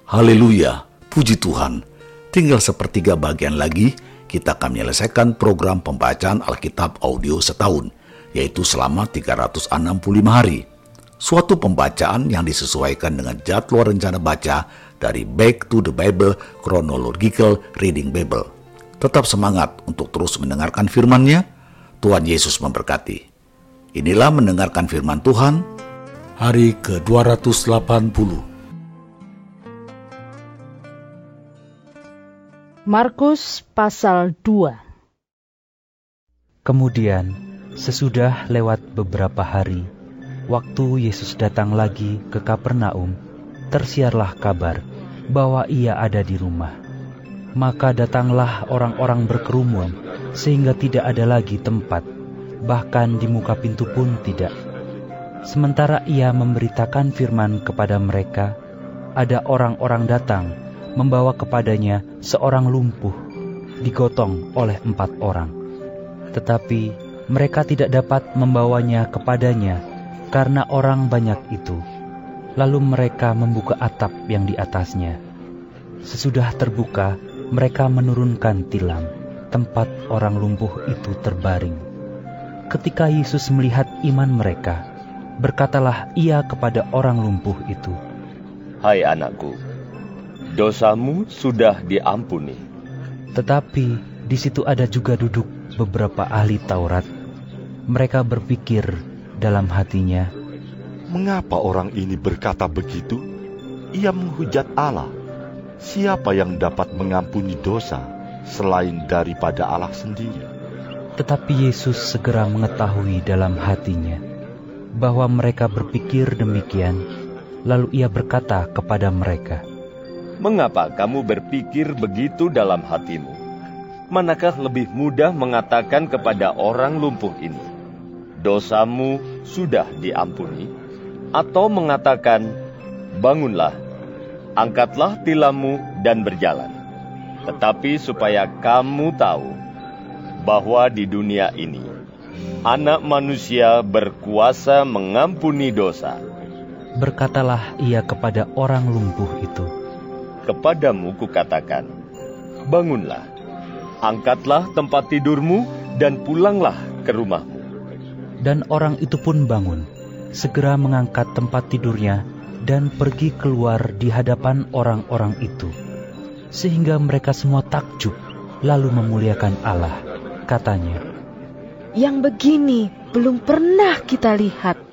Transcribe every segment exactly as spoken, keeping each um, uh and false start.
Haleluya, puji Tuhan. Tinggal sepertiga bagian lagi, kita akan menyelesaikan program pembacaan Alkitab audio setahun, yaitu selama tiga ratus enam puluh lima hari. Suatu pembacaan yang disesuaikan dengan jadwal rencana baca dari Back to the Bible Chronological Reading Bible. Tetap semangat untuk terus mendengarkan firman-Nya. Tuhan Yesus memberkati. Inilah mendengarkan firman Tuhan, hari ke dua ratus delapan puluh. Markus pasal dua. Kemudian, sesudah lewat beberapa hari, waktu Yesus datang lagi ke Kapernaum, tersiarlah kabar bahwa ia ada di rumah. Maka datanglah orang-orang berkerumun, sehingga tidak ada lagi tempat, bahkan di muka pintu pun tidak. Sementara ia memberitakan firman kepada mereka, ada orang-orang datang, membawa kepadanya seorang lumpuh, digotong oleh empat orang. Tetapi mereka tidak dapat membawanya kepadanya, karena orang banyak itu. Lalu mereka membuka atap yang di atasnya. Sesudah terbuka, mereka menurunkan tilam, tempat orang lumpuh itu terbaring. Ketika Yesus melihat iman mereka, berkatalah ia kepada orang lumpuh itu, "Hai anakku, dosamu sudah diampuni." Tetapi di situ ada juga duduk beberapa ahli Taurat. Mereka berpikir dalam hatinya, "Mengapa orang ini berkata begitu? Ia menghujat Allah. Siapa yang dapat mengampuni dosa selain daripada Allah sendiri?" Tetapi Yesus segera mengetahui dalam hatinya bahwa mereka berpikir demikian. Lalu ia berkata kepada mereka, "Mengapa kamu berpikir begitu dalam hatimu? Manakah lebih mudah mengatakan kepada orang lumpuh ini, 'Dosamu sudah diampuni,' atau mengatakan, 'Bangunlah, angkatlah tilammu dan berjalan'? Tetapi supaya kamu tahu bahwa di dunia ini Anak Manusia berkuasa mengampuni dosa." Berkatalah ia kepada orang lumpuh itu, "Kepadamu kukatakan, bangunlah, angkatlah tempat tidurmu dan pulanglah ke rumahmu." Dan orang itu pun bangun, segera mengangkat tempat tidurnya dan pergi keluar di hadapan orang-orang itu. Sehingga mereka semua takjub, lalu memuliakan Allah. Katanya, Yang begini belum pernah kita lihat.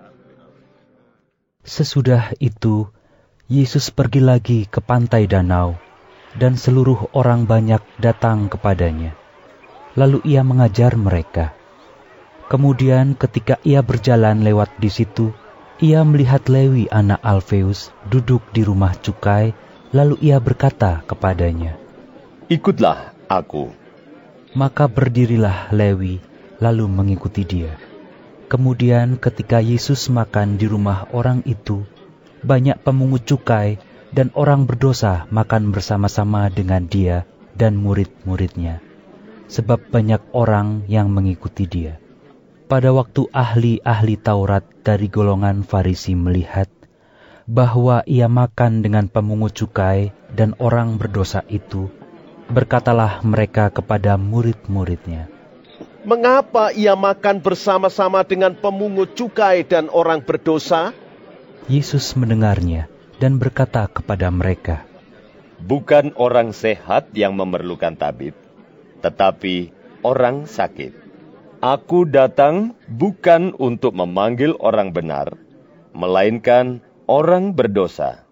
Sesudah itu, Yesus pergi lagi ke pantai danau, dan seluruh orang banyak datang kepadanya. Lalu ia mengajar mereka. Kemudian ketika ia berjalan lewat di situ, ia melihat Lewi anak Alfeus duduk di rumah cukai, lalu ia berkata kepadanya, "Ikutlah aku." Maka berdirilah Lewi, lalu mengikuti dia. Kemudian ketika Yesus makan di rumah orang itu, banyak pemungut cukai dan orang berdosa makan bersama-sama dengan dia dan murid-muridnya, sebab banyak orang yang mengikuti dia. Pada waktu ahli-ahli Taurat dari golongan Farisi melihat bahwa ia makan dengan pemungut cukai dan orang berdosa itu, berkatalah mereka kepada murid-muridnya, "Mengapa ia makan bersama-sama dengan pemungut cukai dan orang berdosa?" Yesus mendengarnya dan berkata kepada mereka, "Bukan orang sehat yang memerlukan tabib, tetapi orang sakit. Aku datang bukan untuk memanggil orang benar, melainkan orang berdosa."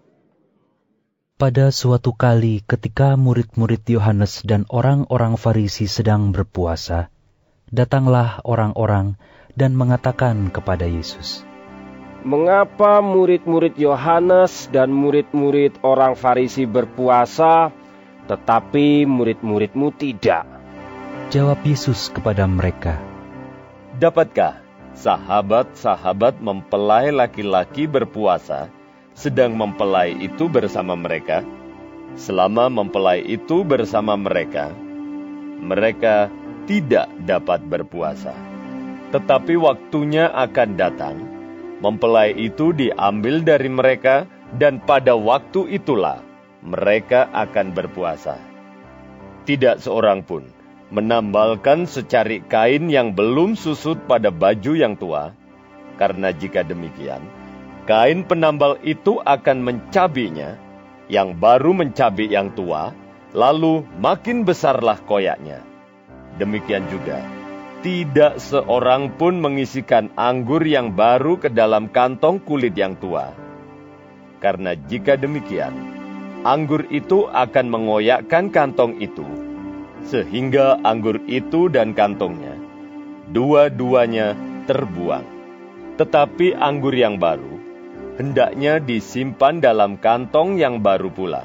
Pada suatu kali ketika murid-murid Yohanes dan orang-orang Farisi sedang berpuasa, datanglah orang-orang dan mengatakan kepada Yesus, "Mengapa murid-murid Yohanes dan murid-murid orang Farisi berpuasa, tetapi murid-muridmu tidak?" Jawab Yesus kepada mereka, "Dapatkah sahabat-sahabat mempelai laki-laki berpuasa, sedang mempelai itu bersama mereka? Selama mempelai itu bersama mereka, mereka tidak dapat berpuasa. Tetapi waktunya akan datang, mempelai itu diambil dari mereka, dan pada waktu itulah mereka akan berpuasa. Tidak seorang pun menambalkan secarik kain yang belum susut pada baju yang tua, karena jika demikian, kain penambal itu akan mencabinya, yang baru mencabik yang tua, lalu makin besarlah koyaknya. Demikian juga, tidak seorang pun mengisikan anggur yang baru ke dalam kantong kulit yang tua. Karena jika demikian, anggur itu akan mengoyakkan kantong itu, sehingga anggur itu dan kantongnya, dua-duanya terbuang. Tetapi anggur yang baru, hendaknya disimpan dalam kantong yang baru pula.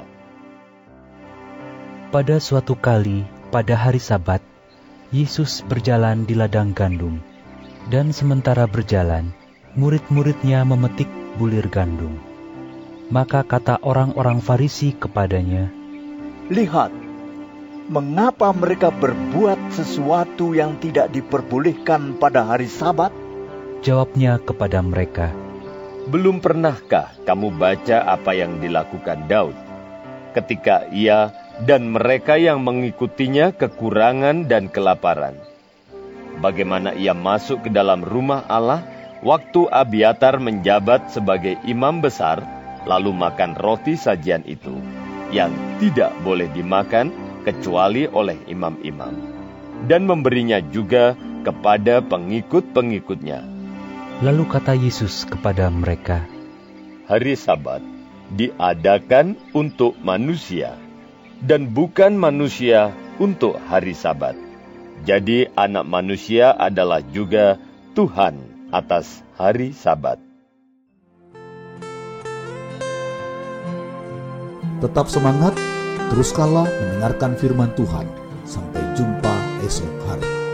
Pada suatu kali, pada hari Sabat, Yesus berjalan di ladang gandum, dan sementara berjalan, murid-muridnya memetik bulir gandum. Maka kata orang-orang Farisi kepadanya, "Lihat, mengapa mereka berbuat sesuatu yang tidak diperbolehkan pada hari Sabat?" Jawabnya kepada mereka, Belum pernahkah kamu baca apa yang dilakukan Daud, ketika ia dan mereka yang mengikutinya kekurangan dan kelaparan? Bagaimana ia masuk ke dalam rumah Allah waktu Abiatar menjabat sebagai imam besar, lalu makan roti sajian itu, yang tidak boleh dimakan kecuali oleh imam-imam, dan memberinya juga kepada pengikut-pengikutnya. Lalu kata Yesus kepada mereka, Hari Sabat diadakan untuk manusia, dan bukan manusia untuk hari Sabat. Jadi anak manusia adalah juga Tuhan atas hari Sabat. Tetap semangat, teruskanlah mendengarkan firman Tuhan. Sampai jumpa esok hari.